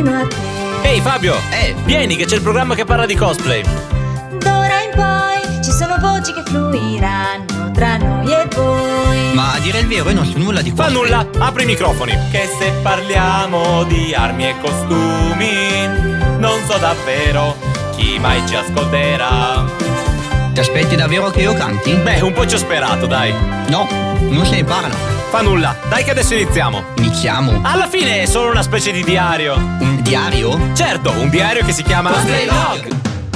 vicino a te. Ehi Fabio, vieni che c'è il programma che parla di cosplay. D'ora in poi ci sono voci che fluiranno tra noi e voi. Ma a dire il vero io non so nulla di Fa cosplay. nulla, apri i microfoni. Che se parliamo di armi e costumi, non so davvero chi mai ci ascolterà. Ti aspetti davvero che io canti? Beh, un po' ci ho sperato, dai. No, non se ne parla. Fa nulla, dai che adesso iniziamo. Iniziamo. Alla fine è solo una specie di diario. Un diario? Certo, un diario che si chiama Cosplay Log.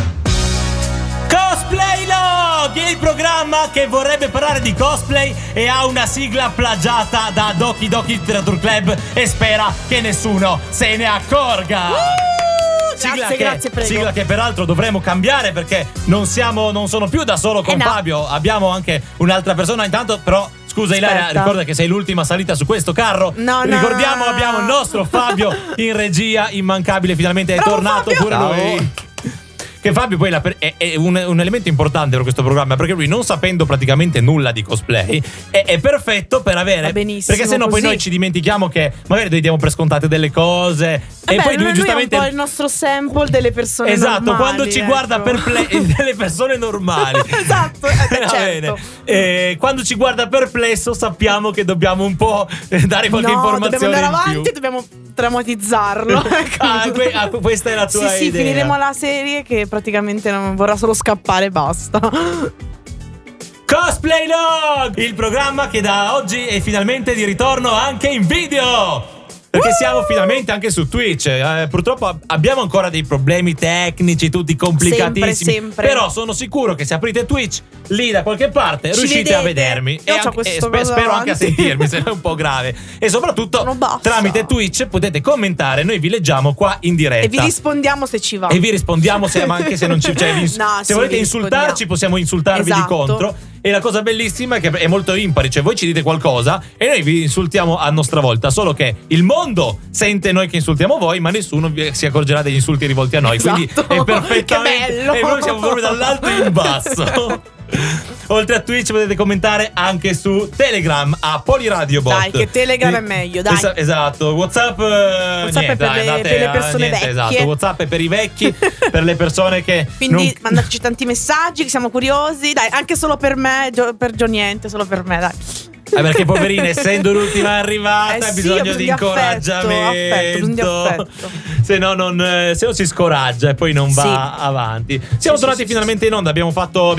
Cosplay Log, il programma che vorrebbe parlare di cosplay e ha una sigla plagiata da Doki Doki Literature Club e spera che nessuno se ne accorga. Grazie, prego. Sigla che peraltro dovremo cambiare perché non sono più da solo con no. Fabio, abbiamo anche un'altra persona intanto, però scusa Ilaria, Aspetta. ricorda che sei l'ultima salita su questo carro. No, Ricordiamo, no. abbiamo il nostro Fabio in regia, immancabile, finalmente è Bravo, tornato Fabio. pure lui. Che Fabio poi è un elemento importante per questo programma, perché lui, non sapendo praticamente nulla di cosplay, è perfetto per avere. Va benissimo, perché sennò poi così. noi ci dimentichiamo che magari noi diamo per scontate delle cose. E poi lui giustamente è un po' il nostro sample delle persone esatto, normali, quando ci guarda delle persone normali. Esatto, Va certo. bene. Quando ci guarda perplesso sappiamo che dobbiamo un po' dare qualche informazione dobbiamo andare in più. avanti, dobbiamo traumatizzarlo. Questa è la tua sì, idea. finiremo la serie che praticamente non vorrà solo scappare e basta. Cosplay Log, il programma che da oggi è finalmente di ritorno anche in video. Perché siamo finalmente anche su Twitch. Purtroppo abbiamo ancora dei problemi tecnici, tutti complicatissimi. Sempre. Però sono sicuro che se aprite Twitch lì da qualche parte Ci riuscite a vedete. vedermi. Io E c'ho questo coso spero anche a davanti. sentirmi, se no è un po' grave. E soprattutto Non basta. tramite Twitch potete commentare. Noi vi leggiamo qua in diretta. E vi rispondiamo se ci va. E vi rispondiamo ma anche se non ci No, se sì, volete vi insultarci rispondiamo. possiamo insultarvi Esatto. di contro. E la cosa bellissima è che è molto impari, cioè voi ci dite qualcosa e noi vi insultiamo a nostra volta, solo che il mondo sente noi che insultiamo voi, ma nessuno si accorgerà degli insulti rivolti a noi. Quindi Esatto. è perfettamente. Che bello. E noi siamo proprio dall'alto in basso. Oltre a Twitch potete commentare anche su Telegram a Poliradio Bot. Dai, che Telegram è meglio, dai. Esatto. WhatsApp è per le persone vecchie. Esatto, WhatsApp è per i vecchi, per le persone che Quindi mandateci tanti messaggi, che siamo curiosi. Dai, anche solo per me, per Gio niente, solo per me, dai. perché poverina, essendo l'ultima arrivata, ha sì, bisogno ho di bisogno di incoraggiamento. bisogno di affetto. Se no si scoraggia e poi non va Sì. avanti. Siamo tornati finalmente in onda. Abbiamo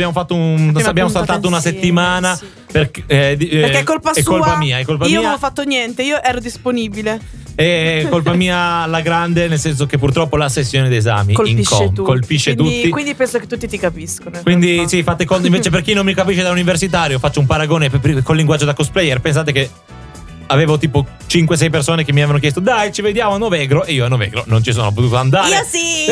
saltato una settimana. sì. Perché Perché è colpa sua. È colpa mia. Io non ho fatto niente, io ero disponibile. È colpa mia alla grande, nel senso che purtroppo la sessione d'esami colpisce tutti. Quindi penso che tutti ti capiscono. in Quindi realtà. sì, fate conto. Invece, per chi non mi capisce da universitario, faccio un paragone col linguaggio da cosplayer. Pensate che avevo tipo 5-6 persone che mi avevano chiesto: dai, ci vediamo a Novegro. E io a Novegro non ci sono potuto andare. Io sì!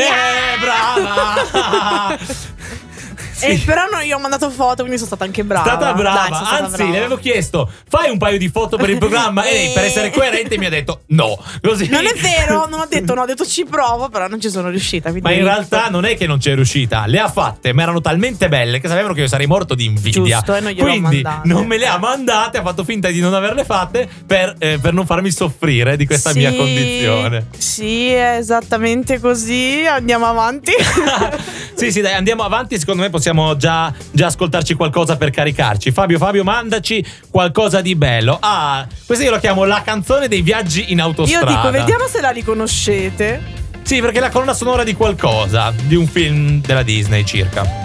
Brava! Sì. Però io ho mandato foto, quindi sono stata anche brava. Stata brava. Dai, sono stata Anzi, brava. le avevo chiesto: fai un paio di foto per il programma. E lei, per essere coerente, mi ha detto no. Così. Non è vero, non ho detto no, ho detto ci provo, però non ci sono riuscita. Ma in realtà non è che non c'è riuscita, le ha fatte, ma erano talmente belle che sapevano che io sarei morto di invidia. Giusto, e non gliele ho Quindi mandate. non me le ha mandate, ha fatto finta di non averle fatte per non farmi soffrire di questa Sì, mia condizione. Sì, è esattamente così. Andiamo avanti. Sì, dai, andiamo avanti. Secondo me possiamo già ascoltarci qualcosa per caricarci. Fabio, mandaci qualcosa di bello. Questa io la chiamo la canzone dei viaggi in Io autostrada. dico, vediamo se la riconoscete. Sì, perché è la colonna sonora di qualcosa, di un film della Disney circa.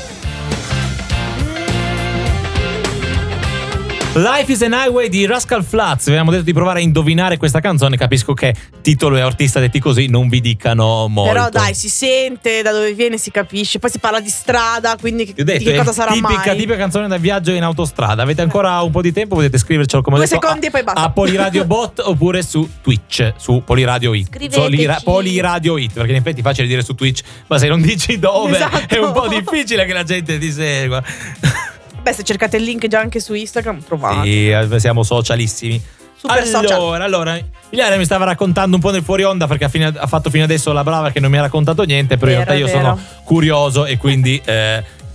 Life is an Highway di Rascal Flatts. Avevamo detto di provare a indovinare questa canzone. Capisco che titolo e artista detti così non vi dicano molto. Però dai, si sente da dove viene, si capisce. Poi si parla di strada, quindi Ti ho detto, di che cosa è sarà tipica canzone da viaggio in autostrada. Avete ancora un po' di tempo, potete scrivercelo come ho 2 detto secondi e poi basta. a Poliradio Bot oppure su Twitch, su Poliradio It. Scriveteci. Poliradio It, perché in effetti è facile dire su Twitch, ma se non dici dove Esatto. è un po' difficile che la gente ti segua. Beh, se cercate il link già anche su Instagram, trovate. Sì, siamo socialissimi. Super social. Allora, Ilaria mi stava raccontando un po' nel fuori onda, perché ha fatto fino adesso la brava che non mi ha raccontato niente, però in realtà io sono curioso e quindi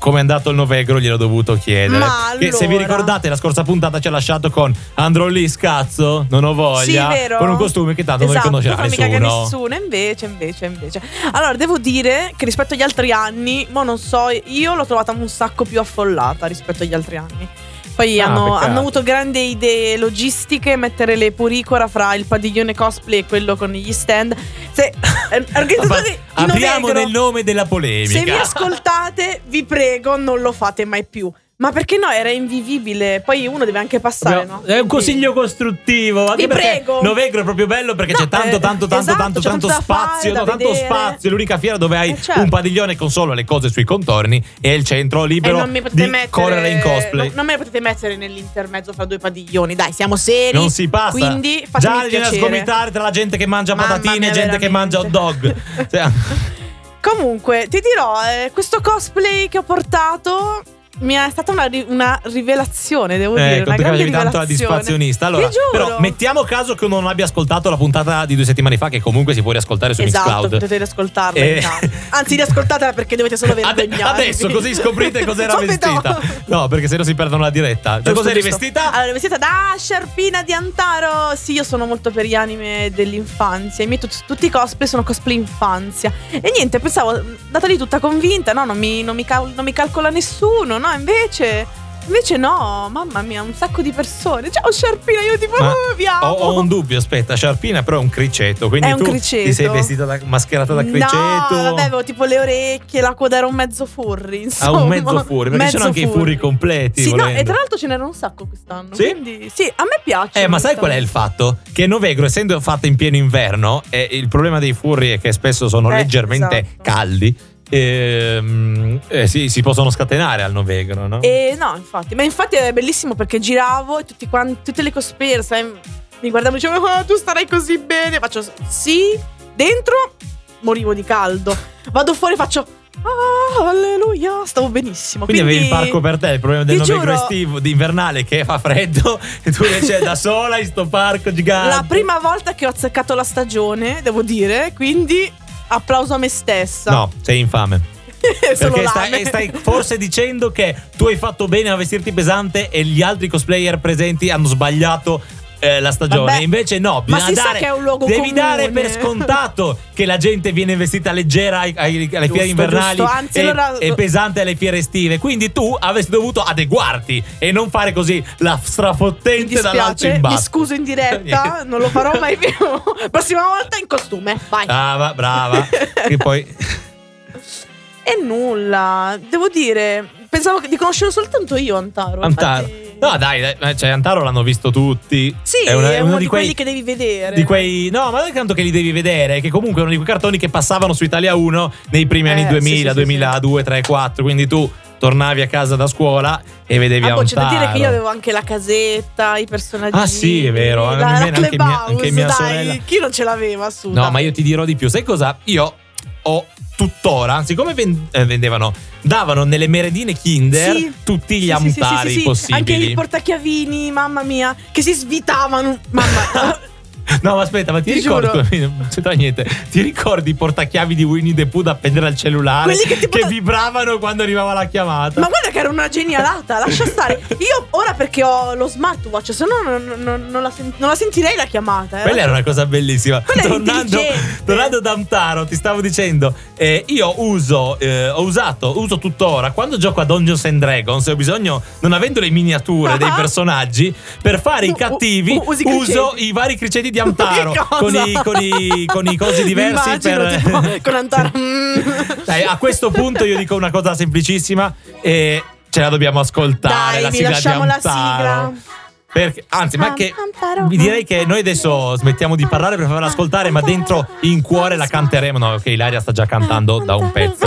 come è andato il Novegro gliel'ho dovuto chiedere. Ma Che se vi allora- ricordate, la scorsa puntata ci ha lasciato con andrò lì scazzo, non ho voglia, Sì, vero? con un costume che tanto non riconoscerà non mi caga nessuno. Invece. Allora, devo dire che rispetto agli altri anni, mo non so, io l'ho trovata un sacco più affollata rispetto agli altri anni. Poi peccato. hanno avuto grandi idee logistiche, mettere le puricora fra il padiglione cosplay e quello con gli stand. Se, organizzatori di Apriamo Novegro, nel nome della polemica. se vi ascoltate, vi prego, non lo fate mai più. Ma perché no? Era invivibile. Poi uno deve anche passare, no? È un consiglio costruttivo. Anche Vi perché prego. Novegro è proprio bello perché No, c'è tanto esatto, c'è tanto da spazio. fare, da Tanto vedere. spazio. È l'unica fiera dove hai Certo. un padiglione con solo le cose sui contorni e il centro E libero non mi potete di mettere, correre in cosplay. non me ne potete mettere nell'intermezzo fra due padiglioni. Dai, siamo seri. Non si passa. Quindi Già fatemi viene a piacere. sgomitare tra la gente che mangia Mamma patatine mia, e gente che mangia hot dog. Cioè, Comunque, ti dirò, questo cosplay che ho portato mi è stata una rivelazione, devo dire. ecco, Una tu che grande avevi tanto la rivelazione. dispazionista. Allora, Ti giuro. però mettiamo caso che uno non abbia ascoltato la puntata di 2 settimane fa, che comunque si può riascoltare su Esatto, Mixcloud. potete riascoltarla Eh. intanto. Anzi, riascoltatela perché dovete solo vergognarvi. Adesso così scoprite cos'era Subito. vestita. No, perché se no si perdono la diretta. Da Giusto, cos'eri giusto. vestita? Allora, vestita da Sciarpina di Antaro. Sì, io sono molto per gli anime dell'infanzia. I miei tutti i cosplay sono cosplay infanzia. E niente, pensavo, data lì tutta convinta, no, non mi calcola nessuno, no, Invece no, mamma mia, un sacco di persone. Ciao Sciarpina, io tipo Ma vi amo. ho un dubbio, aspetta, Sciarpina però è un criceto, quindi È un tu criceto. ti sei vestita mascherata da criceto. No, vabbè, avevo tipo le orecchie, la coda era un mezzo furry, Ah, insomma. un mezzo furry, perché ci sono anche i furry completi. Sì, no, volendo. e tra l'altro ce n'era un sacco quest'anno. Sì? Quindi, sì, a me piace. Ma sai qual è il fatto? Che Novegro, essendo fatta in pieno inverno, il problema dei furry è che spesso sono leggermente esatto. caldi. Si possono scatenare al Novegro, no? No, infatti. Ma infatti è bellissimo perché giravo e tutte le cosplayer, sai, mi guardavano e dicevano: "Oh, tu starai così bene." Faccio sì, dentro morivo di caldo. Vado fuori e faccio: "Ah, alleluia", stavo benissimo. Quindi avevi il parco per te, il problema del Ti Novegro giuro, estivo, di invernale, che fa freddo e tu invece da sola in sto parco gigante. la prima volta che ho azzeccato la stagione, devo dire, quindi applauso a me stessa. No, sei infame. Solo Perché stai forse dicendo che tu hai fatto bene a vestirti pesante e gli altri cosplayer presenti hanno sbagliato la stagione. Vabbè, Invece no, ma bisogna si sa che è un luogo devi comune. dare per scontato che la gente viene vestita leggera alle fiere invernali giusto. Anzi, allora- e pesante alle fiere estive. Quindi tu avresti dovuto adeguarti e non fare così la Mi strafottente dall'alto in dispiace, mi basso. scuso in diretta, non lo farò mai più. Prossima volta in costume, vai. Brava. Che poi E nulla, devo dire, pensavo di conoscerlo soltanto io Antaro. infatti- No, dai, cioè Antaro l'hanno visto tutti. Sì, è uno di quelli che devi vedere. No, ma non è tanto che li devi vedere, che comunque è uno di quei cartoni che passavano su Italia 1 nei primi anni 2000, sì, 2002, 3, 4. Quindi tu tornavi a casa da scuola e vedevi C'è Antaro. da dire che io avevo anche la casetta, i personaggi. Ah, sì, è vero, anche mia sorella. Chi non ce l'aveva su? No, ma io ti dirò di più. Sai cosa? Io ho tuttora, siccome davano nelle merendine Kinder Sì. tutti gli Sì, Antari sì. possibili. Anche i portachiavini, mamma mia, che si svitavano. Mamma. No, ma aspetta, ma ti ricordi? giuro. Non c'entra niente. Ti ricordi i portachiavi di Winnie the Pooh da appendere al cellulare? Quelli che tipo vibravano quando arrivava la chiamata? Ma guarda che era una genialata, lascia stare. Io ora perché ho lo smartwatch, se no non la sentirei la chiamata. Quella era una cosa bellissima. Quella era intelligente. Tornando da Antaro, ti stavo dicendo, io uso tuttora quando gioco a Dungeons and Dragons e ho bisogno, non avendo le miniature dei personaggi, per fare i cattivi, usi i uso criceti. i vari criceti di Antaro Che cosa? con i cosi diversi. Immagino, tipo, con Antaro. Dai, a questo punto io dico una cosa semplicissima e ce la dobbiamo ascoltare. Dai, la vi sigla lasciamo di la Antaro. sigla. Perché, anzi, ma che Antaro, vi direi che noi adesso smettiamo di parlare per farla ascoltare, ma dentro in cuore la canteremo. No, ok, Ilaria sta già cantando da un pezzo.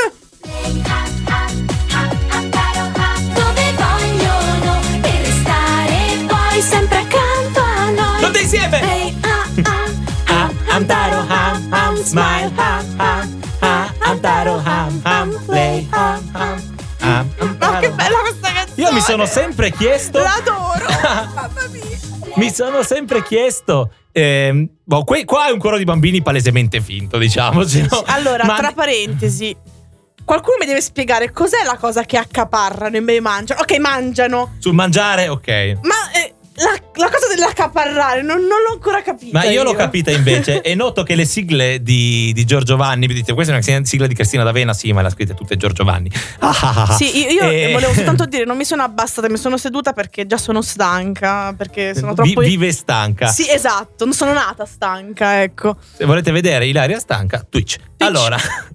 Dove vogliono per restare poi sempre accanto a noi. Tutti insieme! Hey, Antaro, smile, Antaro, play, Ma che bella questa canzone. Io mi sono sempre chiesto. L'adoro. Mamma mia. Mi sono sempre chiesto. Qua è un coro di bambini palesemente finto, diciamoci. No? Allora, Ma tra parentesi, qualcuno mi deve spiegare cos'è la cosa che accaparrano e me mangiano. Ok, mangiano. Sul mangiare, ok. Ma la cosa dell'accaparrare non l'ho ancora capita. Ma io l'ho capita invece e noto che le sigle di Giorgio Vanni, vi dite questa è una sigla di Cristina D'Avena, sì, ma le ha scritte tutte Giorgio Vanni. Sì, io volevo soltanto dire, non mi sono abbassata, mi sono seduta perché già sono stanca, perché sono troppo... Vive stanca. Sì, esatto, non sono nata stanca, ecco. Se volete vedere Ilaria stanca, Twitch. Allora,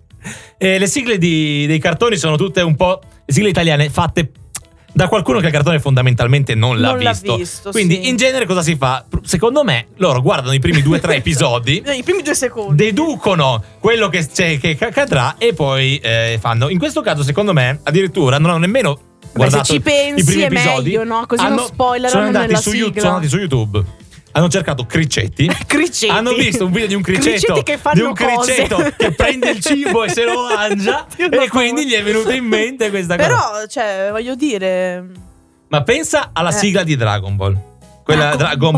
le sigle dei cartoni sono tutte un po' le sigle italiane fatte da qualcuno che il cartone fondamentalmente non l'ha visto. Quindi sì. in genere cosa si fa? Secondo me loro guardano i primi 2 o 3 episodi, i primi 2 secondi, deducono quello che accadrà e poi fanno. In questo caso secondo me addirittura non hanno nemmeno guardato se ci pensi i primi è episodi, meglio, no? Così non spoilerano sono andati nella su sigla. sono andati su YouTube. Hanno cercato cricetti. Hanno visto un video di un cricetto che fanno che prende il cibo e se lo mangia e quindi gli è venuto in mente questa cosa. Però, cioè, voglio dire, ma pensa alla sigla di Dragon Ball. Quella Dragon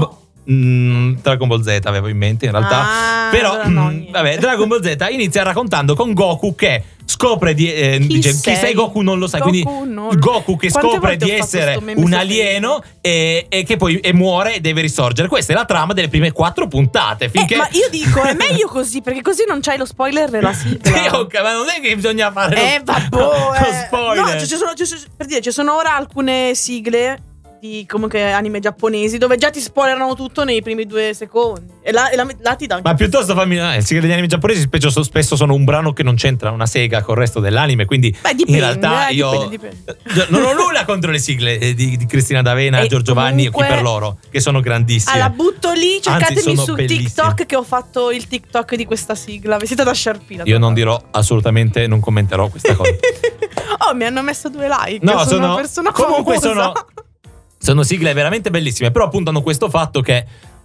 Ball Z avevo in mente in realtà. Però vabbè, Dragon Ball Z inizia raccontando con Goku che scopre dice chi sei Goku non lo sai, Goku quindi Goku che scopre di essere un alieno e che poi muore e deve risorgere. Questa è la trama delle prime 4 puntate finché... ma io dico è meglio così, perché così non c'hai lo spoiler della sigla. Ok, ma non è che bisogna fare lo spoiler. No, per dire, ci sono ora alcune sigle di comunque anime giapponesi dove già ti spoilerano tutto nei primi 2 secondi e là ti dà anche. Ma piuttosto fammi le sigle degli anime giapponesi spesso sono un brano che non c'entra una sega col resto dell'anime, quindi dipende, in realtà io dipende. non ho nulla contro le sigle di Cristina D'Avena, Giorgio Vanni, chi per loro, che sono grandissime. La butto lì, cercatemi su bellissime. TikTok che ho fatto il TikTok di questa sigla, vestita da sciarpina. Io non dirò assolutamente, non commenterò questa cosa. Oh, mi hanno messo 2 like. No, sono una persona comunque famosa. Sono sigle veramente bellissime, però appunto hanno questo fatto che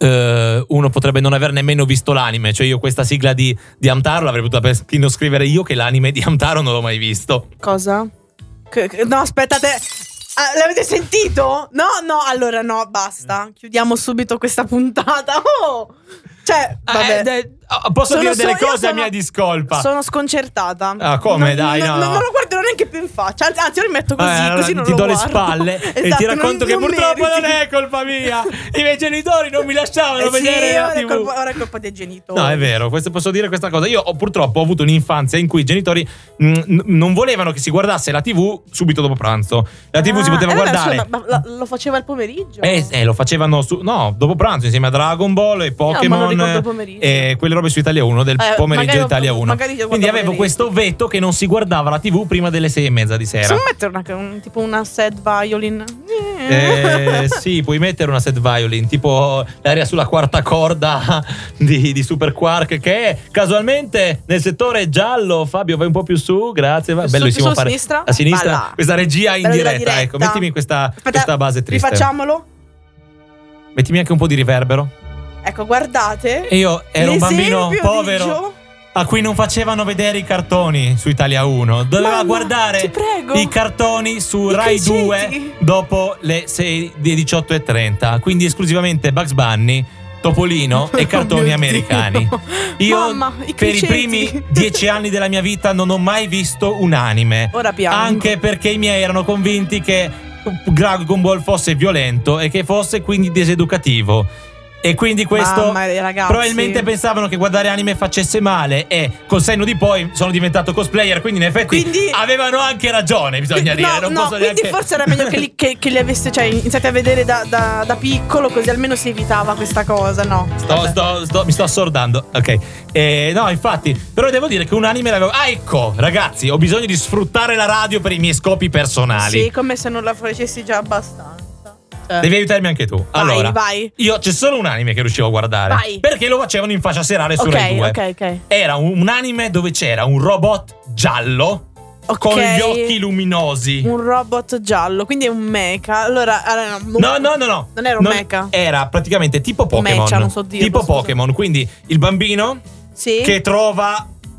uno potrebbe non aver nemmeno visto l'anime. Cioè io questa sigla di Hamtaro l'avrei potuta persino scrivere io, che l'anime di Hamtaro non l'ho mai visto. Cosa? No, aspettate. L'avete sentito? No, allora no, basta. Chiudiamo subito questa puntata. Oh! Cioè, vabbè. Posso dire delle cose a mia discolpa. Sono sconcertata. Ah, come? Dai, no. Non lo guarderò neanche più in faccia. Anzi, io rimetto così non ti lo do le guardo. spalle Esatto, e ti racconto che non purtroppo meriti. non è colpa mia. I miei genitori non mi lasciavano vedere la TV. Ora è colpa dei genitori. No, è vero, posso dire questa cosa. Io purtroppo ho avuto un'infanzia in cui i genitori non volevano che si guardasse la TV subito dopo pranzo. La TV si poteva guardare. Ma lo faceva il pomeriggio? Lo facevano dopo pranzo insieme a Dragon Ball e Pokémon e quelle robe su Italia 1 del pomeriggio di Italia 1. Quindi avevo questo vetto che non si guardava la TV prima delle 6:30 di sera. Possiamo mettere tipo una sad violin? Sì, puoi mettere una set violin tipo l'aria sulla quarta corda di Super Quark, che è casualmente nel settore giallo. Fabio, vai un po' più su, grazie. Bellissimo fare a sinistra Balla. questa regia in diretta. diretta. Ecco, mettimi questa base triste. Rifacciamolo. Mettimi anche un po' di riverbero. Ecco, guardate. E io ero un bambino l'esempio povero a cui non facevano vedere i cartoni su Italia 1. Doveva Mamma, guardare ti prego. i cartoni su I Rai criceti. 2 dopo le 18:30. Quindi esclusivamente Bugs Bunny, Topolino e cartoni mio americani. Dio. Io Mamma, i per i criceti. primi 10 anni della mia vita non ho mai visto un anime. Ora piango. Anche perché i miei erano convinti che Dragon Ball fosse violento e che fosse quindi diseducativo. E quindi questo Mamma, ragazzi. probabilmente pensavano che guardare anime facesse male. E col senno di poi sono diventato cosplayer, quindi in effetti avevano anche ragione, bisogna dire. Quindi forse era meglio che li avesse, cioè, iniziati a vedere da piccolo, così almeno si evitava questa cosa. No, mi sto assordando. Ok. No, infatti, però devo dire che un anime l'avevo. Ah, ecco, ragazzi, ho bisogno di sfruttare la radio per i miei scopi personali. Sì, come se non la facessi già abbastanza. Devi aiutarmi anche tu. Allora, vai. Io c'è solo un anime che riuscivo a guardare. Vai. Perché lo facevano in fascia serale su Rai 2. Ok. Era un anime dove c'era un robot giallo con gli occhi luminosi. Un robot giallo, quindi è un mecha. Allora, No. Non era un mecha. Era praticamente tipo Pokémon. Mecha, non so dire. Tipo Pokémon, quindi il bambino che trova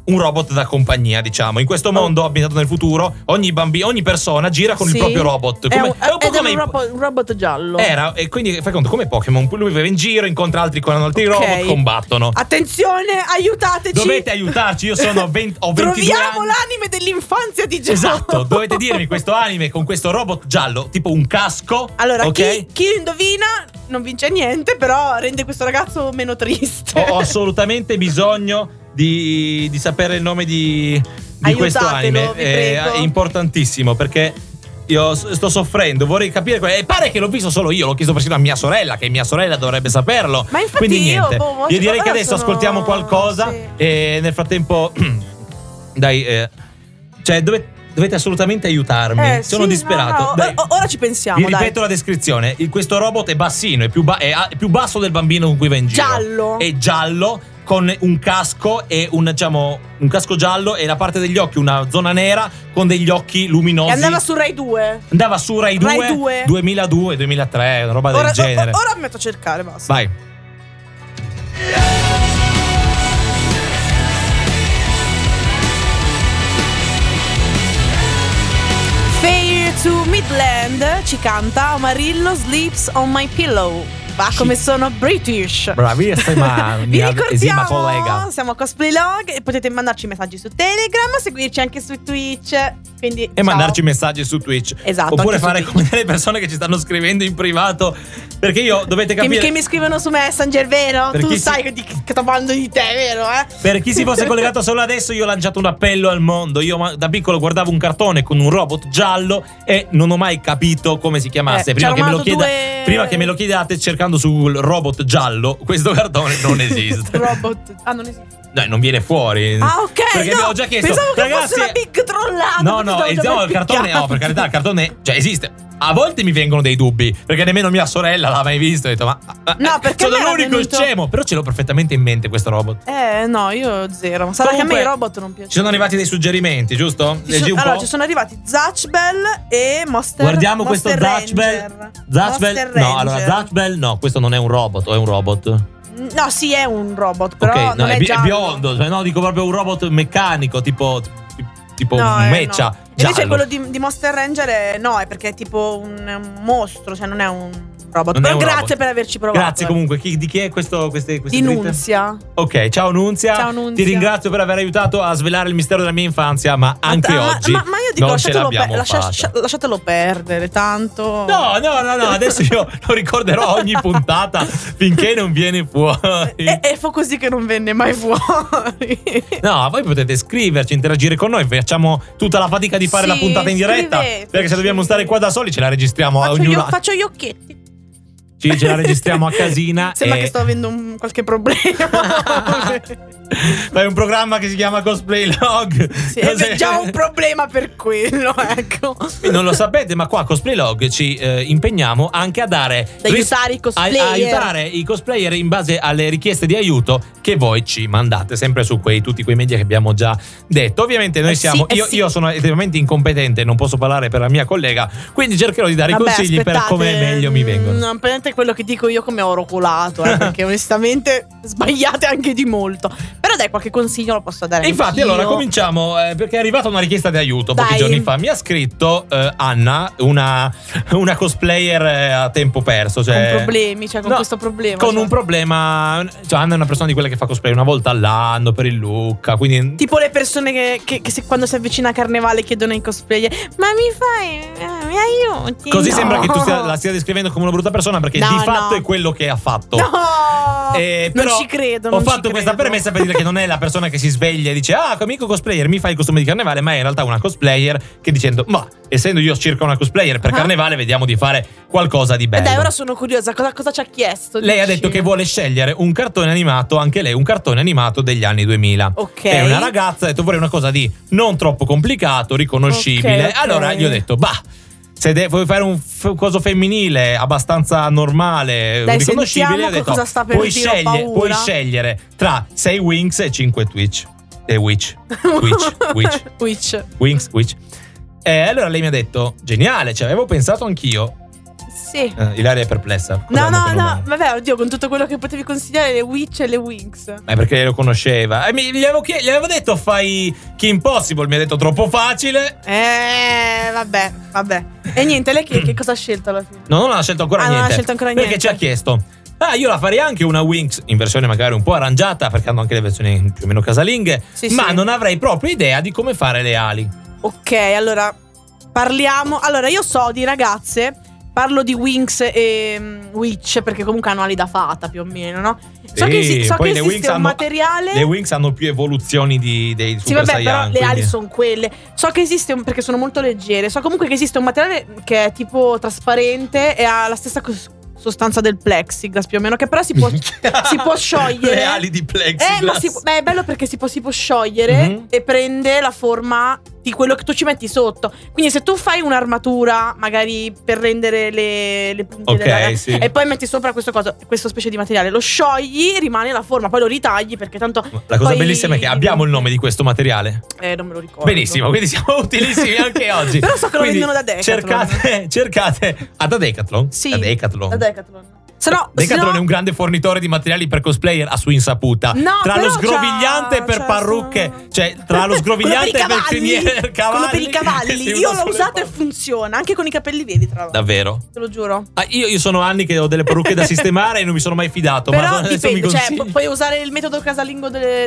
un robot da compagnia, diciamo. In questo mondo ambientato nel futuro, ogni persona gira con il proprio robot. È un robot giallo. E quindi fai conto, come Pokémon, lui va in giro, incontra altri con altri robot, combattono. Attenzione, aiutateci. Dovete aiutarci, io ho 22 Troviamo anni. l'anime dell'infanzia di Gio. Esatto, dovete dirmi questo anime con questo robot giallo, tipo un casco. Allora, okay? chi lo indovina non vince niente, però rende questo ragazzo meno triste. Ho assolutamente bisogno di sapere il nome di questo anime. È importantissimo perché io sto soffrendo, vorrei capire. E pare che l'ho visto solo io, l'ho chiesto persino a mia sorella, che mia sorella dovrebbe saperlo. Ma infatti quindi niente. Io direi che adesso ascoltiamo qualcosa, sì. E nel frattempo dai, cioè dovete assolutamente aiutarmi. Sono disperato. No. Ora ci pensiamo. Vi ripeto la descrizione. Questo robot è bassino, è più basso del bambino con cui va in giro. Giallo. È giallo, con un casco e un casco giallo e la parte degli occhi una zona nera con degli occhi luminosi. E andava su Rai 2. Andava su Rai 2 2002, 2003, una roba del genere. Ora mi metto a cercare, basta. Vai. Fair to Midland ci canta Amarillo Sleeps on My Pillow. Va come sono British. Bravissima, mia esima collega. Siamo a Cosplay Log e potete mandarci messaggi su Telegram, seguirci anche su Twitch. Quindi, e mandarci messaggi su Twitch. Esatto. Oppure fare come delle persone che ci stanno scrivendo in privato. Perché io dovete capire che mi scrivono su Messenger, vero? Tu sai che sto parlando di te, vero? Per chi si fosse collegato solo adesso, io ho lanciato un appello al mondo. Io da piccolo guardavo un cartone con un robot giallo e non ho mai capito come si chiamasse. Prima che me lo chiedate cercando sul robot giallo, questo cartone non esiste. Robot. Non esiste. Dai, non viene fuori. Ah, ok. Perché mi ho già chiesto. Pensavo che ragazzi, fosse una big trollata. Il cartone, no, per carità, il cartone, cioè, esiste. A volte mi vengono dei dubbi, perché nemmeno mia sorella l'ha mai visto. Ho detto, no, perché sono l'unico scemo. Però ce l'ho perfettamente in mente questo robot. No, io zero. Sarà che a me i robot non piacciono. Ci sono arrivati dei suggerimenti, giusto? Leggi un po'. Ci sono arrivati Zatch Bell e Monster. Guardiamo questo Zatch Bell. No, allora Zatch Bell, no, questo non è un robot, o è un robot? No, sì, è un robot, però non è biondo, cioè, no, dico proprio un robot meccanico, tipo un meccia. No. Invece quello di Monster Ranger è perché è tipo un mostro, cioè non è un robot. Però grazie per averci provato. Grazie comunque. Di chi è queste di Nunzia. Ok, ciao Nunzia. Ciao Nunzia. Ti ringrazio per aver aiutato a svelare il mistero della mia infanzia, ma anche oggi ma io dico, non ce l'abbiamo fatta. Lasciatelo perdere, tanto. No, adesso io lo ricorderò ogni puntata finché non viene fuori. E fu così che non venne mai fuori. No, voi potete scriverci, interagire con noi, facciamo tutta la fatica di fare la puntata in diretta, perché se dobbiamo stare qua da soli ce la registriamo faccio gli occhietti. Ce la registriamo a casina. Sembra che sto avendo qualche problema. Ma è un programma che si chiama Cosplay Log. Sì, è già un problema per quello, ecco. Non lo sapete, ma qua a Cosplay Log ci impegniamo anche a aiutare i cosplayer. Aiutare i cosplayer in base alle richieste di aiuto che voi ci mandate, sempre su tutti quei media che abbiamo già detto. Ovviamente noi siamo io sono estremamente incompetente, non posso parlare per la mia collega, quindi cercherò di dare consigli per come meglio mi vengono. Non prendete quello che dico io come oro colato, perché onestamente sbagliate anche di molto. Però dai, qualche consiglio lo posso dare. Infatti, allora cominciamo, perché è arrivata una richiesta di aiuto pochi giorni fa. Mi ha scritto Anna, una cosplayer a tempo perso, cioè con problemi, con questo problema. Con un problema, cioè Anna è una persona di quelle che fa cosplay una volta all'anno per il look, quindi tipo le persone che quando si avvicina a Carnevale chiedono ai cosplayer: ma mi aiuti? Così sembra che tu la stia descrivendo come una brutta persona, perché di fatto è quello che ha fatto. Non ci credo. Ho fatto questa premessa per dire che non è la persona che si sveglia e dice: amico cosplayer, mi fai il costume di Carnevale, ma è in realtà una cosplayer che dicendo: ma essendo io circa una cosplayer per Carnevale, vediamo di fare qualcosa di bello. Dai, ora sono curiosa, cosa ci ha chiesto? Lei ha detto che vuole scegliere un cartone animato, anche lei un cartone animato degli anni 2000. Ok. È una ragazza, ha detto vorrei una cosa di non troppo complicato, riconoscibile. Okay. Allora gli ho detto: se vuoi fare un coso femminile abbastanza normale, dai, riconoscibile, ho detto, cosa sta per dire, puoi scegliere tra 6 Winx e 5 Twitch. Witch. E allora lei mi ha detto: geniale, ci avevo pensato anch'io. Sì. Ilaria è perplessa. Cosa hanno per nome? Vabbè, oddio, con tutto quello che potevi consigliare, le Witch e le Winx. Perché lei lo conosceva. Gli avevo detto fai Kim Possible, mi ha detto troppo facile. Vabbè. E niente, lei che cosa ha scelto alla fine? No, non ha scelto ancora niente. Non ha scelto ancora niente. Perché ci ha chiesto: io la farei anche una Winx in versione magari un po' arrangiata, perché hanno anche le versioni più o meno casalinghe. Sì, ma sì. non avrei proprio idea di come fare le ali. Ok, allora parliamo. Allora, io so di ragazze. Parlo di Winx e Witch, perché comunque hanno ali da fata più o meno, no? So che poi esiste un materiale. Le Winx hanno più evoluzioni dei Sì, Super vabbè, Saiyan. però le ali sono quelle. So che esiste perché sono molto leggere. So comunque che esiste un materiale che è tipo trasparente e ha la stessa sostanza del plexiglass più o meno, che però si può sciogliere. Le ali di plexiglass. Ma è bello perché si può sciogliere e prende la forma di quello che tu ci metti sotto. Quindi se tu fai un'armatura magari per rendere le punte sì. e poi metti sopra questo specie di materiale, lo sciogli, rimane la forma, poi lo ritagli perché tanto la cosa bellissima è che abbiamo il nome di questo materiale. Non me lo ricordo. Benissimo, quindi siamo utilissimi anche oggi. Però so che lo vendono da Decathlon. Cercate da Decathlon? Sì, da Decathlon. Decathlon è un grande fornitore di materiali per cosplayer a sua insaputa. Tra lo sgrovigliante per parrucche, cioè tra lo sgrovigliante per criniere, cavalli. Quello per i cavalli. Io l'ho usato e funziona, anche con i capelli veri, tra l'altro. Davvero? Te lo giuro. Io sono anni che ho delle parrucche da sistemare e non mi sono mai fidato. Però ma dipende, puoi usare il metodo casalingo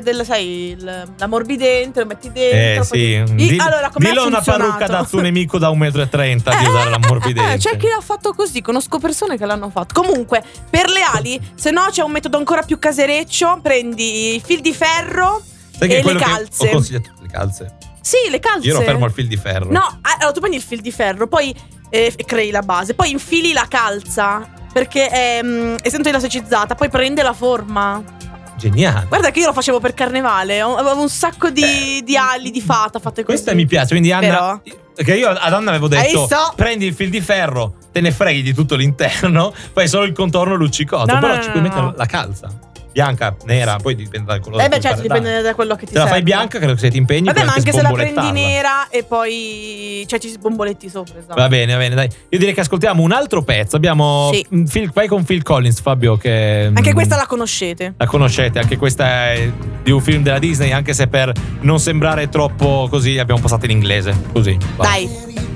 l'ammorbidente, lo metti dentro. Sì. Allora, come dillo a una parrucca da suo nemico da 1,30 m di usare l'ammorbidente. C'è chi l'ha fatto così, conosco persone che l'hanno fatto. Comunque, per le ali, se no c'è un metodo ancora più casereccio. Prendi il fil di ferro e le calze. Ho consigliato le calze. Sì, le calze. Io ero fermo al fil di ferro. No, allora tu prendi il fil di ferro, poi crei la base, poi infili la calza perché è sempre elasicizzata, poi prende la forma. Geniale. Guarda che io lo facevo per carnevale, avevo un sacco di ali di fata fatte così. Questa mi piace, quindi Anna, perché io ad Anna avevo detto prendi il fil di ferro, te ne freghi di tutto l'interno, fai solo il contorno luccicoso, però ci puoi mettere la calza. Bianca, nera, poi dipende dal colore. Certo, dipende da quello che ti serve. Se la fai bianca, credo che se ti impegni. Vabbè, ma anche se la prendi nera e poi ci sbomboletti sopra. Esatto. Va bene, dai. Io direi che ascoltiamo un altro pezzo. Abbiamo vai con Phil Collins, Fabio. Che anche questa la conoscete. La conoscete, anche questa è di un film della Disney, anche se per non sembrare troppo così abbiamo passato in inglese. Così. Vai.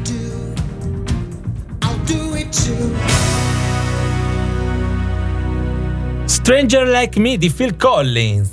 Stranger Like Me di Phil Collins.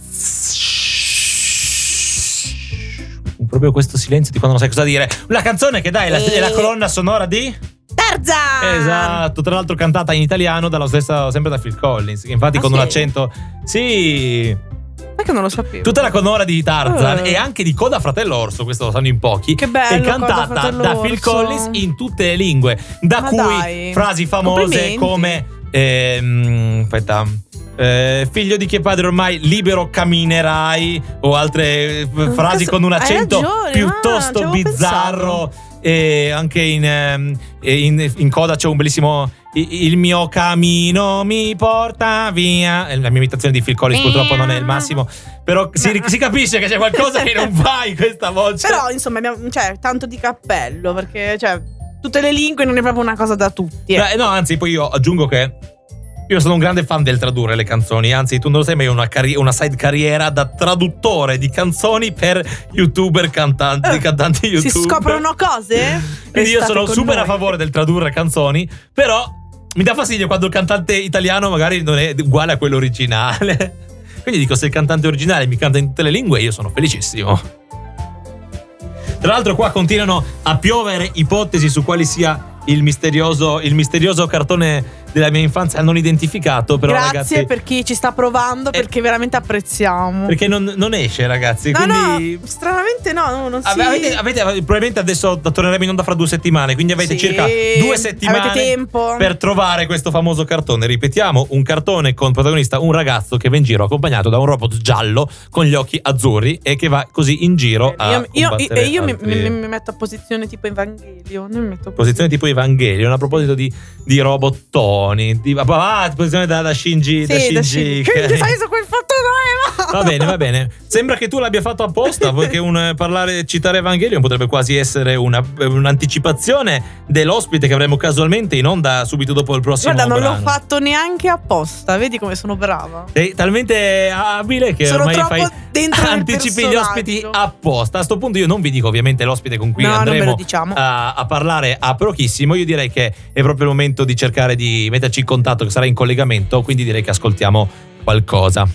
Proprio questo silenzio di quando non sai cosa dire. Una canzone che dai è la colonna sonora di Tarzan. Esatto, tra l'altro cantata in italiano dalla stessa, sempre da Phil Collins, che infatti con un accento. Sì. Perché non lo sapevo? Tutta la colonna di Tarzan e anche di Coda Fratello Orso, questo lo sanno in pochi. Che bello. È cantata da Phil Collins in tutte le lingue, da cui frasi famose come aspetta. Figlio di che padre ormai libero camminerai, o altre frasi con un accento piuttosto bizzarro. E anche in Coda c'è un bellissimo il mio cammino mi porta via. La mia imitazione di Phil Collins purtroppo non è il massimo, però si capisce che c'è qualcosa che non va in questa voce. Però insomma tanto di cappello, perché tutte le lingue non è proprio una cosa da tutti. No, anzi, poi io aggiungo che io sono un grande fan del tradurre le canzoni. Anzi, tu non lo sai, ma io ho una side carriera da traduttore di canzoni per youtuber cantanti youtuber. Si scoprono cose? Quindi io sono super a favore del tradurre canzoni, però mi dà fastidio quando il cantante italiano magari non è uguale a quello originale. Quindi dico, se il cantante originale mi canta in tutte le lingue, io sono felicissimo. Tra l'altro qua continuano a piovere ipotesi su quali sia il misterioso cartone della mia infanzia non identificato. Però grazie, ragazzi, per chi ci sta provando, perché veramente apprezziamo. Perché non esce, ragazzi. No, quindi no, stranamente non si... Avete probabilmente adesso torneremo in onda fra 2 settimane, quindi avete circa 2 settimane avete tempo per trovare questo famoso cartone. Ripetiamo, un cartone con protagonista un ragazzo che va in giro accompagnato da un robot giallo con gli occhi azzurri e che va così in giro a io mi metto a posizione tipo Evangelion. Posizione tipo Evangelion. Evangelion a proposito di robottoni, posizione da Shinji, da Shinji. Che sai su quel fotogramma? Va bene. Sembra che tu l'abbia fatto apposta, perché citare Evangelion potrebbe quasi essere un'anticipazione dell'ospite che avremo casualmente in onda subito dopo il prossimo Guarda, non brano. l'ho fatto neanche apposta, vedi come sono brava. Sei talmente abile che sono ormai troppo dentro nel anticipi gli ospiti apposta. A sto punto io non vi dico ovviamente l'ospite con cui no, andremo non ve lo diciamo. a parlare a pochissimo. Io direi che è proprio il momento di cercare di metterci in contatto, che sarà in collegamento, quindi direi che ascoltiamo qualcosa.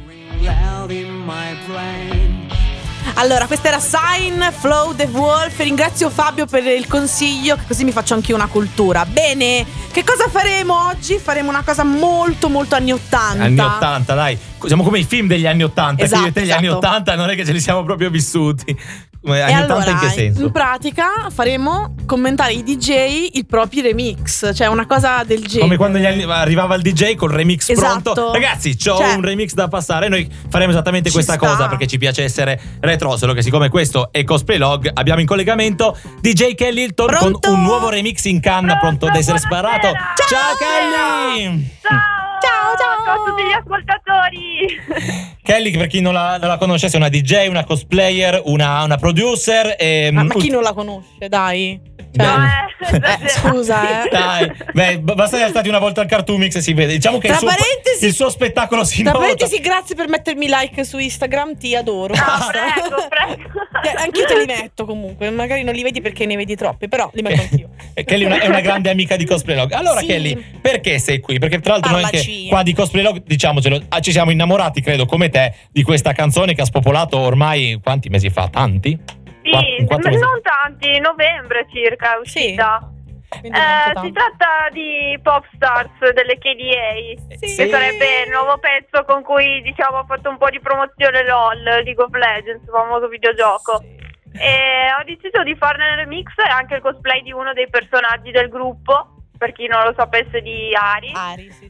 Allora, questa era Sign, Flow the Wolf. Ringrazio Fabio per il consiglio, così mi faccio anche una cultura. Bene, che cosa faremo oggi? Faremo una cosa molto molto anni 80. Anni 80, dai. Siamo come i film degli anni 80. Esatto, io e te gli anni 80 non è che ce li siamo proprio vissuti. Anni 80 in che senso? In pratica faremo commentare i DJ i propri remix, cioè una cosa del genere. Come quando arrivava il DJ col remix esatto. pronto. Ragazzi, c'ho un remix da passare. Noi faremo esattamente questa cosa perché ci piace essere retro. Solo che siccome questo è Cosplay Log, abbiamo in collegamento DJ Kelly Hilton con un nuovo remix in canna, pronto ad essere sparato. Ciao Kelly! Ciao a tutti gli ascoltatori. Kelly, per chi non la conoscesse, è una DJ, una cosplayer, una producer. Ma chi non la conosce, dai? Scusa, Dai, basta essere stati una volta al Cartoon Mix e si vede. Diciamo che il suo spettacolo si nota. Tra parentesi, grazie per mettermi like su Instagram, ti adoro. Prego. Anch'io te li metto comunque. Magari non li vedi perché ne vedi troppi, però li metto anch'io. Kelly è una grande amica di Cosplay Log. Allora, sì. Kelly, perché sei qui? Perché tra l'altro noi anche qua di Cosplay Log, diciamocelo, ci siamo innamorati, credo, come te, di questa canzone che ha spopolato ormai quanti mesi fa? Tanti? Sì, non tanti, novembre circa è uscita. Sì. Si tratta di Pop Stars delle KDA, che sarebbe il nuovo pezzo con cui diciamo ha fatto un po' di promozione LOL, League of Legends, il famoso videogioco. Sì. E ho deciso di farne il remix e anche il cosplay di uno dei personaggi del gruppo, per chi non lo sapesse, di Ari. Ari, sì.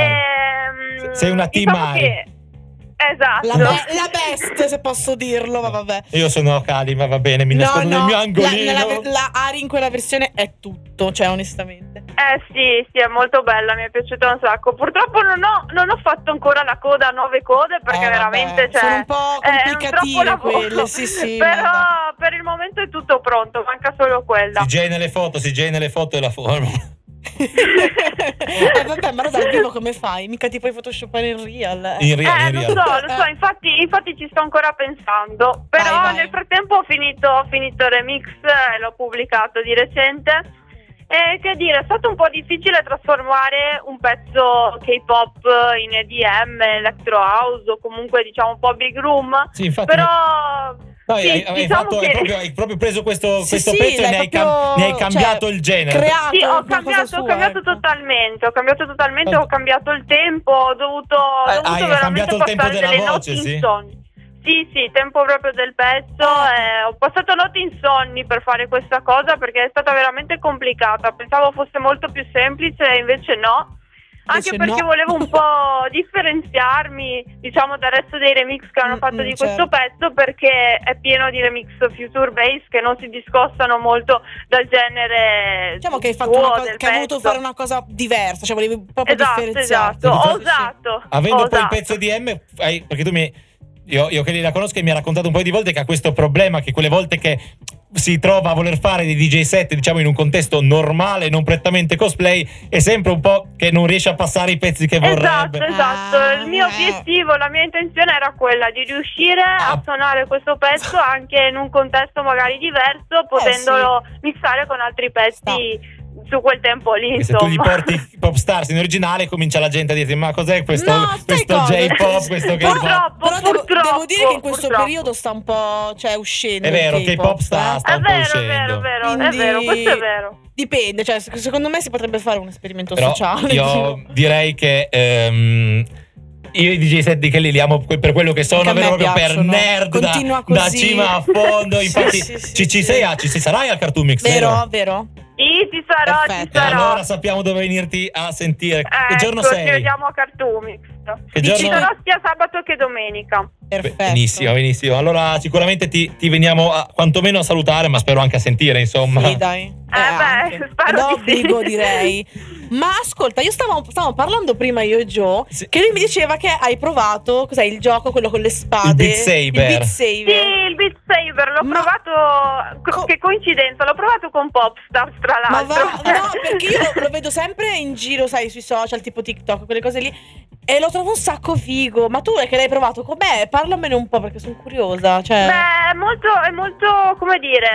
Sei una team diciamo Ari. Esatto. La best, se posso dirlo, ma vabbè. Io sono Kali, ma va bene, mi nascondo nel mio angolino. La Ari in quella versione è tutto, cioè onestamente. Sì, è molto bella, mi è piaciuta un sacco. Purtroppo non ho fatto ancora la coda a 9 code perché veramente sono un po' complicative quelle, sì. Però per il momento è tutto pronto, manca solo quella. Si genera le foto e la forma. Vabbè, ma dal vivo come fai? Mica ti puoi photoshopare in real. In real. Lo so, infatti ci sto ancora pensando. Però vai. Nel frattempo ho finito il remix e l'ho pubblicato di recente. E che dire, è stato un po' difficile trasformare un pezzo K-pop in EDM, Electro House o comunque diciamo un po' Big Room. Sì, infatti. Però no, hai proprio preso questo pezzo e ne hai cambiato il genere. Sì, ho cambiato totalmente. Ho cambiato il tempo, ho dovuto veramente passare delle notti insonni. Sì, tempo proprio del pezzo. Ho passato notti insonni per fare questa cosa perché è stata veramente complicata. Pensavo fosse molto più semplice e invece no. Anche perché volevo un po' differenziarmi, diciamo, dal resto dei remix che hanno fatto di questo pezzo, perché è pieno di remix future bass che non si discostano molto dal genere. Diciamo che hai fatto che hai voluto fare una cosa diversa, cioè volevi proprio differenziarti. Esatto, osato. Avendo poi il pezzo di perché tu io che la conosco e mi ha raccontato un paio di volte che ha questo problema, che quelle volte che si trova a voler fare dei DJ set, diciamo, in un contesto normale, non prettamente cosplay, è sempre un po' che non riesce a passare i pezzi che vorrebbe. Esatto. Il mio obiettivo, la mia intenzione era quella di riuscire a suonare questo pezzo anche in un contesto magari diverso, potendolo mixare con altri pezzi su quel tempo lì, insomma. Se tu gli porti Pop Stars in originale, comincia la gente a dirti: ma cos'è questo J-pop, questo K-pop? Però devo dire che in questo periodo sta un po', cioè, uscendo. È vero, K-pop sta un po' uscendo. È vero, questo è vero. Dipende, cioè secondo me si potrebbe fare un esperimento però sociale. Io direi che io i DJ set di Kelly li amo per quello che sono, proprio per nerd da cima a fondo. Infatti ci sarai al Cartoon Mix, vero? Sì, ci sarò, Perfetto. ci sarò. Allora sappiamo dove venirti a sentire. Che giorno Ecco, sei? ci vediamo a Cartoomix. Che Ci giorno? sarò sia sabato che domenica. Perfetto. Benissimo. Allora sicuramente ti veniamo quantomeno a salutare, ma spero anche a sentire, insomma. Sì, dai. Anche. spero di sì. D'obbligo, direi. Ma ascolta, io stavamo parlando prima io e Joe, Sì. che lui mi diceva che hai provato, cos'è il gioco, quello con le spade? Il Beat Saber. Il Beat Saber. Sì, il Beat Saber l'ho Ma- provato. Che coincidenza, l'ho provato con Popstars, tra Ma l'altro. no, perché io lo vedo sempre in giro, sai, sui social, tipo TikTok, quelle cose lì. E lo trovo un sacco figo. Ma tu è che l'hai provato com'è? Parlamene un po' perché sono curiosa. Cioè. Beh, è molto, come dire,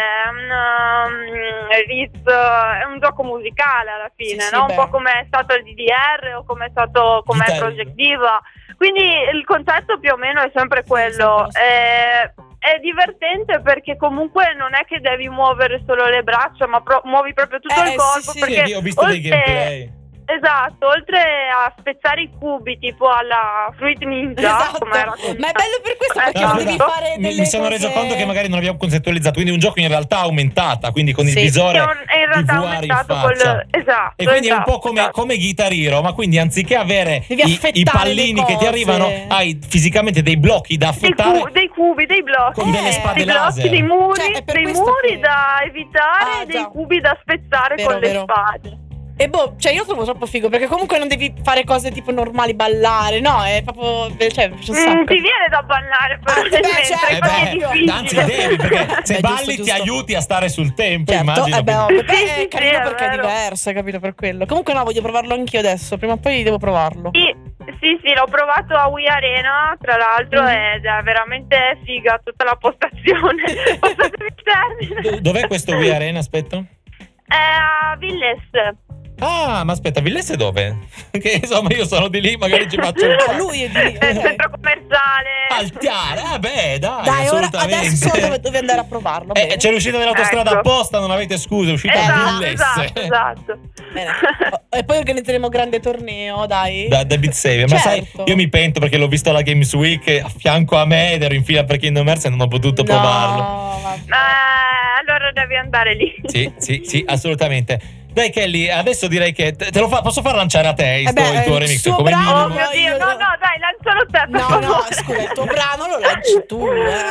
è un gioco musicale alla fine, Sì, no? beh. Un po' come è stato il DDR o come è stato come Guitar Hero. Project Diva. Quindi il concetto più o meno è sempre quello. sempre È divertente perché comunque non è che devi muovere solo le braccia, ma muovi proprio tutto il corpo. sì, perché Sì, io ho visto dei gameplay. Esatto, oltre a spezzare i cubi tipo alla Fruit Ninja, Esatto. come era Ma è bello per questo, perché Ah, non devi guarda, fare delle mi sono cose- reso conto che magari non abbiamo contestualizzato, quindi è un gioco in realtà aumentata, quindi con il Sì. visore È in realtà di VR in aumentato faccia. esatto. E quindi è un po' esatto. come Guitar Hero, ma quindi anziché avere Devi i affettare pallini le che ti cose. arrivano, hai fisicamente dei blocchi da affettare. Dei cubi, dei blocchi. Con delle spade dei blocchi, laser. dei muri, Cioè, è per dei questo muri che- da evitare Ah, e dei già. cubi da spezzare Vero, con le vero. spade. E cioè io lo trovo troppo figo, perché comunque non devi fare cose tipo normali, ballare, no? È proprio, cioè, mi piace un sacco. Ti viene da ballare però beh, nel mentre, certo. infatti è difficile. Anzi devi, perché se Beh, balli giusto, ti giusto. aiuti a stare sul tempo, Certo, immagino. ovvio. Sì, Beh, sì, è carino è perché è vero. diverso, capito, per quello. Comunque no, voglio provarlo anch'io adesso, prima o poi devo provarlo. Sì, l'ho provato a Wii Arena, tra l'altro, ed è veramente figa tutta la postazione. Passatemi il termine. Dov'è questo Wii Arena, aspetta? È a Villes. Ah, ma aspetta, Villesse dove? Che insomma io sono di lì, magari ci faccio un Ah, lui è di lì. Nel ok. centro commerciale. Altiare, vabbè, dai, Dai, ora assolutamente. adesso devi andare a provarlo. bene. C'è l'uscita dell'autostrada Ecco. apposta, non avete scuse, è uscita a Villesse. Esatto. Bene. E poi organizzeremo un grande torneo, dai. Da Beat Saber. Ma sai, Certo. io mi pento perché l'ho visto alla Games Week a fianco a me ed ero in fila per Kingdom Hearts e non ho potuto provarlo. No, vabbè. Allora devi andare lì. Sì, assolutamente. Dai Kelly, adesso direi che te lo posso far lanciare a te il tuo remix suo come brano, Oh minimo. mio Dio, io- no, dai, lancialo te. per No, favore. scusa, il tuo brano lo lanci tu.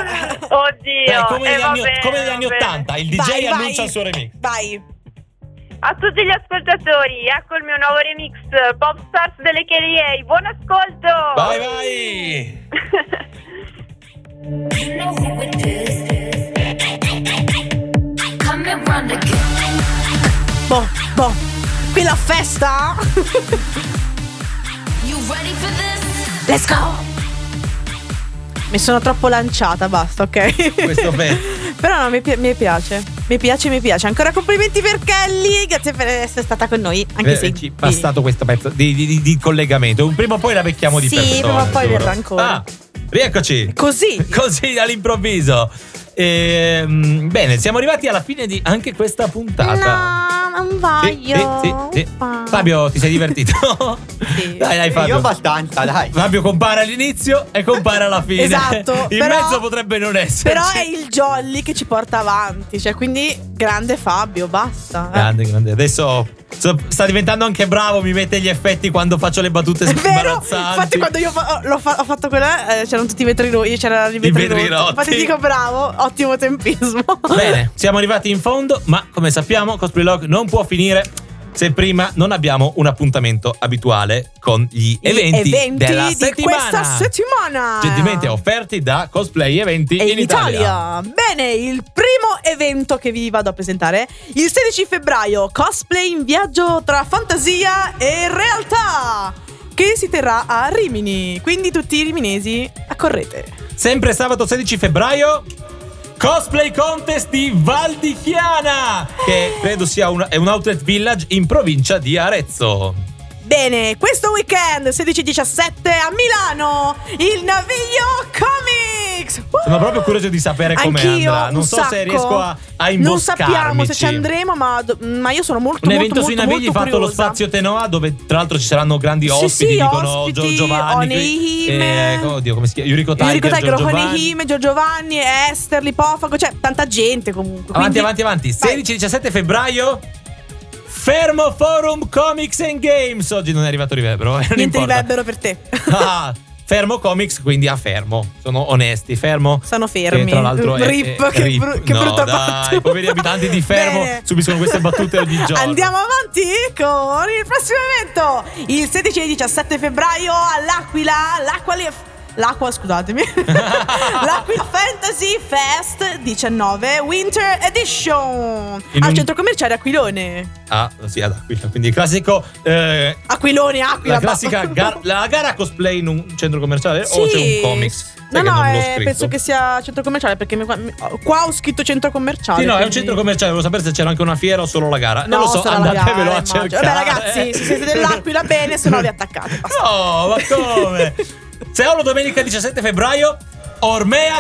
Oddio. Dai, come negli va anni, bene, come negli va anni bene. 80, il DJ Vai, annuncia vai. il suo remix. Vai. A tutti gli ascoltatori, ecco il mio nuovo remix Popstars delle Kelly A. Buon ascolto. Vai. Boh, qui la festa. Let's go. Mi sono troppo lanciata, basta, ok? Questo bene. Però no, mi piace. Mi piace. Ancora complimenti per Kelly. Grazie per essere stata con noi. Anche se Ci è passato questo pezzo di collegamento. Prima o poi la becchiamo di Sì, persona. prima o poi sicuro. verrà ancora. Rieccoci. Così. All'improvviso. Bene, siamo arrivati alla fine di anche questa puntata. No, non voglio. Sì. Fabio, ti sei divertito? Sì. Dai, Io Fabio. abbastanza, dai. Fabio compare all'inizio e compare alla fine. Esatto, In però- mezzo potrebbe non esserci. Però è il jolly che ci porta avanti. Cioè, quindi grande Fabio, basta. Grande. Adesso sta diventando anche bravo, mi mette gli effetti quando faccio le battute È vero, imbarazzanti. infatti quando io ho fatto quella c'erano tutti i vetri rotti, c'era i vetri vetri rotti. rotti. Infatti dico bravo, ottimo tempismo. Bene, siamo arrivati in fondo, ma come sappiamo Cosplay Log non può finire se prima non abbiamo un appuntamento abituale con gli eventi della di settimana. questa settimana. Gentilmente offerti da Cosplay Eventi E in Italia. Bene, il primo evento che vi vado a presentare il 16 febbraio, cosplay in viaggio tra fantasia e realtà, che si terrà a Rimini. Quindi tutti i riminesi accorrete. Sempre sabato 16 febbraio Cosplay Contest di Val di Chiana, che credo sia è un outlet village in provincia di Arezzo. Bene, questo weekend 16-17 a Milano, il Naviglio Comics. Sono proprio curioso di sapere come Anch'io, andrà. Non un so se sacco. riesco a Non imboscarmici. sappiamo se ci andremo, ma io sono molto Un molto evento molto, sui navigli molto fatto allo curiosa. Spazio Tenoa, dove tra l'altro ci saranno grandi Sì, ospiti, sì, dicono ospiti, Giovanni, Onehime. oddio, come si chiama? Yuriko Tiger, Giorgio Giovanni. Honeyhime, Giorgio Giovanni, Esther, Lipofago, cioè tanta gente comunque. Avanti, quindi- avanti. Vai. 16-17 febbraio Fermo Forum Comics and Games. Oggi non è arrivato riverbero. Niente riverbero per te. Fermo Comics, quindi a fermo. Sono onesti, fermo. Sono fermi. Che tra l'altro Rip, che brutta battuta. I poveri abitanti di Fermo subiscono queste battute ogni giorno. Andiamo avanti con il prossimo evento. Il 16 e 17 febbraio all'Aquila, l'Aqua, scusatemi. L'Aquila Fantasy Fest 19 Winter Edition al centro commerciale Aquilone. Sì, ad Aquila. Quindi il classico Aquilone, Aquila. La classica la gara cosplay in un centro commerciale, sì. O c'è un comics? No, penso che sia centro commerciale, perché qua ho scritto centro commerciale. Sì, no, quindi... è un centro commerciale. Volevo sapere se c'era anche una fiera o solo la gara. Non lo so, andatevelo a cercare. Vabbè, ragazzi, se siete dell'Aquila, bene, se no vi attaccate. Basta. No, ma come? Solo domenica 17 febbraio Ormea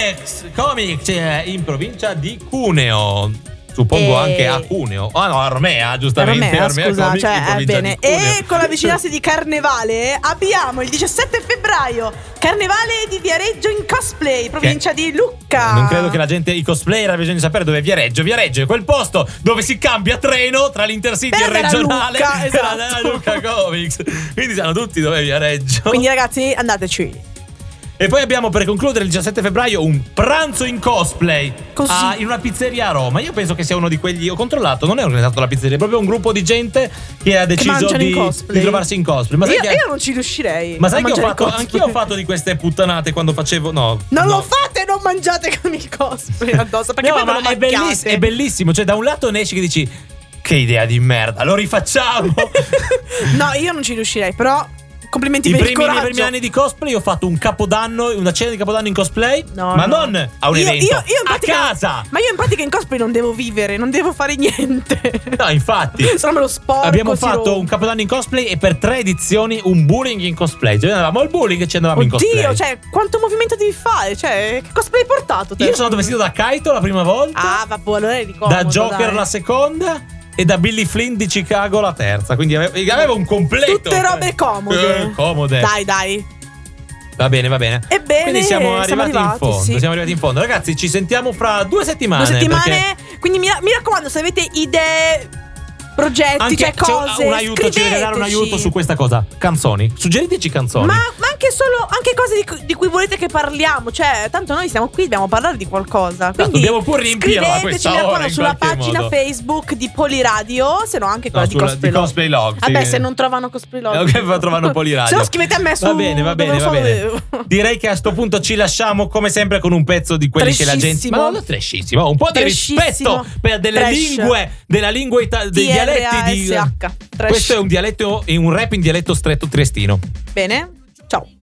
Comics in provincia di Cuneo. Suppongo anche a Cuneo. No, Ormea, giustamente. Ormea, scusa, Comics, cioè, bene. E con l'avvicinarsi di Carnevale abbiamo il 17 febbraio Carnevale di Viareggio in cosplay, provincia di Lucca. Non credo che la gente, i cosplayer, abbia bisogno di sapere dove è Viareggio. Viareggio è quel posto dove si cambia treno tra l'Intercity e il regionale. Lucca, esatto. Lucca Comics. Quindi sanno tutti dove è Viareggio. Quindi ragazzi, andateci. E poi abbiamo, per concludere, il 17 febbraio un pranzo in cosplay in una pizzeria a Roma. Io penso che sia uno di quelli. Ho controllato, non è organizzato la pizzeria, è proprio un gruppo di gente che ha deciso di trovarsi in cosplay. Ma io non ci riuscirei. Ma sai che anch'io ho fatto di queste puttanate quando facevo. No, non lo fate, non mangiate con il cosplay addosso. Perché poi ma è bellissimo. Cioè, da un lato ne esci che dici: che idea di merda, lo rifacciamo. No, io non ci riuscirei, però. Complimenti per il coraggio. I primi anni di cosplay ho fatto un capodanno, una cena di capodanno in cosplay, non a un evento, a casa. Ma io in pratica in cosplay non devo vivere, non devo fare niente. No, infatti. Solo me lo sporco. Abbiamo fatto un capodanno in cosplay e per 3 edizioni un bullying in cosplay. Cioè andavamo al bullying e ci andavamo in cosplay. Oddio, cioè quanto movimento devi fare? Cioè, che cosplay hai portato te? Io sono andato vestito da Kaito la prima volta. Vabbè, allora eri comodo, da Joker la seconda. E da Billy Flynn di Chicago la terza. Quindi avevo un completo. Tutte robe comode. Comode. Dai. Va bene. Ebbene, quindi siamo arrivati in fondo. Sì. Siamo arrivati in fondo. Ragazzi, ci sentiamo fra 2 settimane. 2 settimane. Perché... Quindi mi raccomando, se avete idee, progetti, anche, cose, un aiuto, ci deve dare un aiuto su questa cosa. Canzoni. Suggeriteci canzoni. Ma anche cose di cui volete che parliamo. Cioè, tanto noi siamo qui, dobbiamo parlare di qualcosa. Quindi dobbiamo pure riempirla questa ora sulla pagina Facebook di Poliradio, se no anche quella di Cosplay Log. Vabbè, se non trovano Cosplay Log. Ok, trovano Poliradio. Se no scrivete a me su. Va bene. Direi che a sto punto ci lasciamo come sempre con un pezzo di quelli che la gente. Ma non è trashissimo, un po' di rispetto per delle lingue, dei dialetti di. Trash. Questo è un rap in dialetto stretto triestino. Bene, ciao.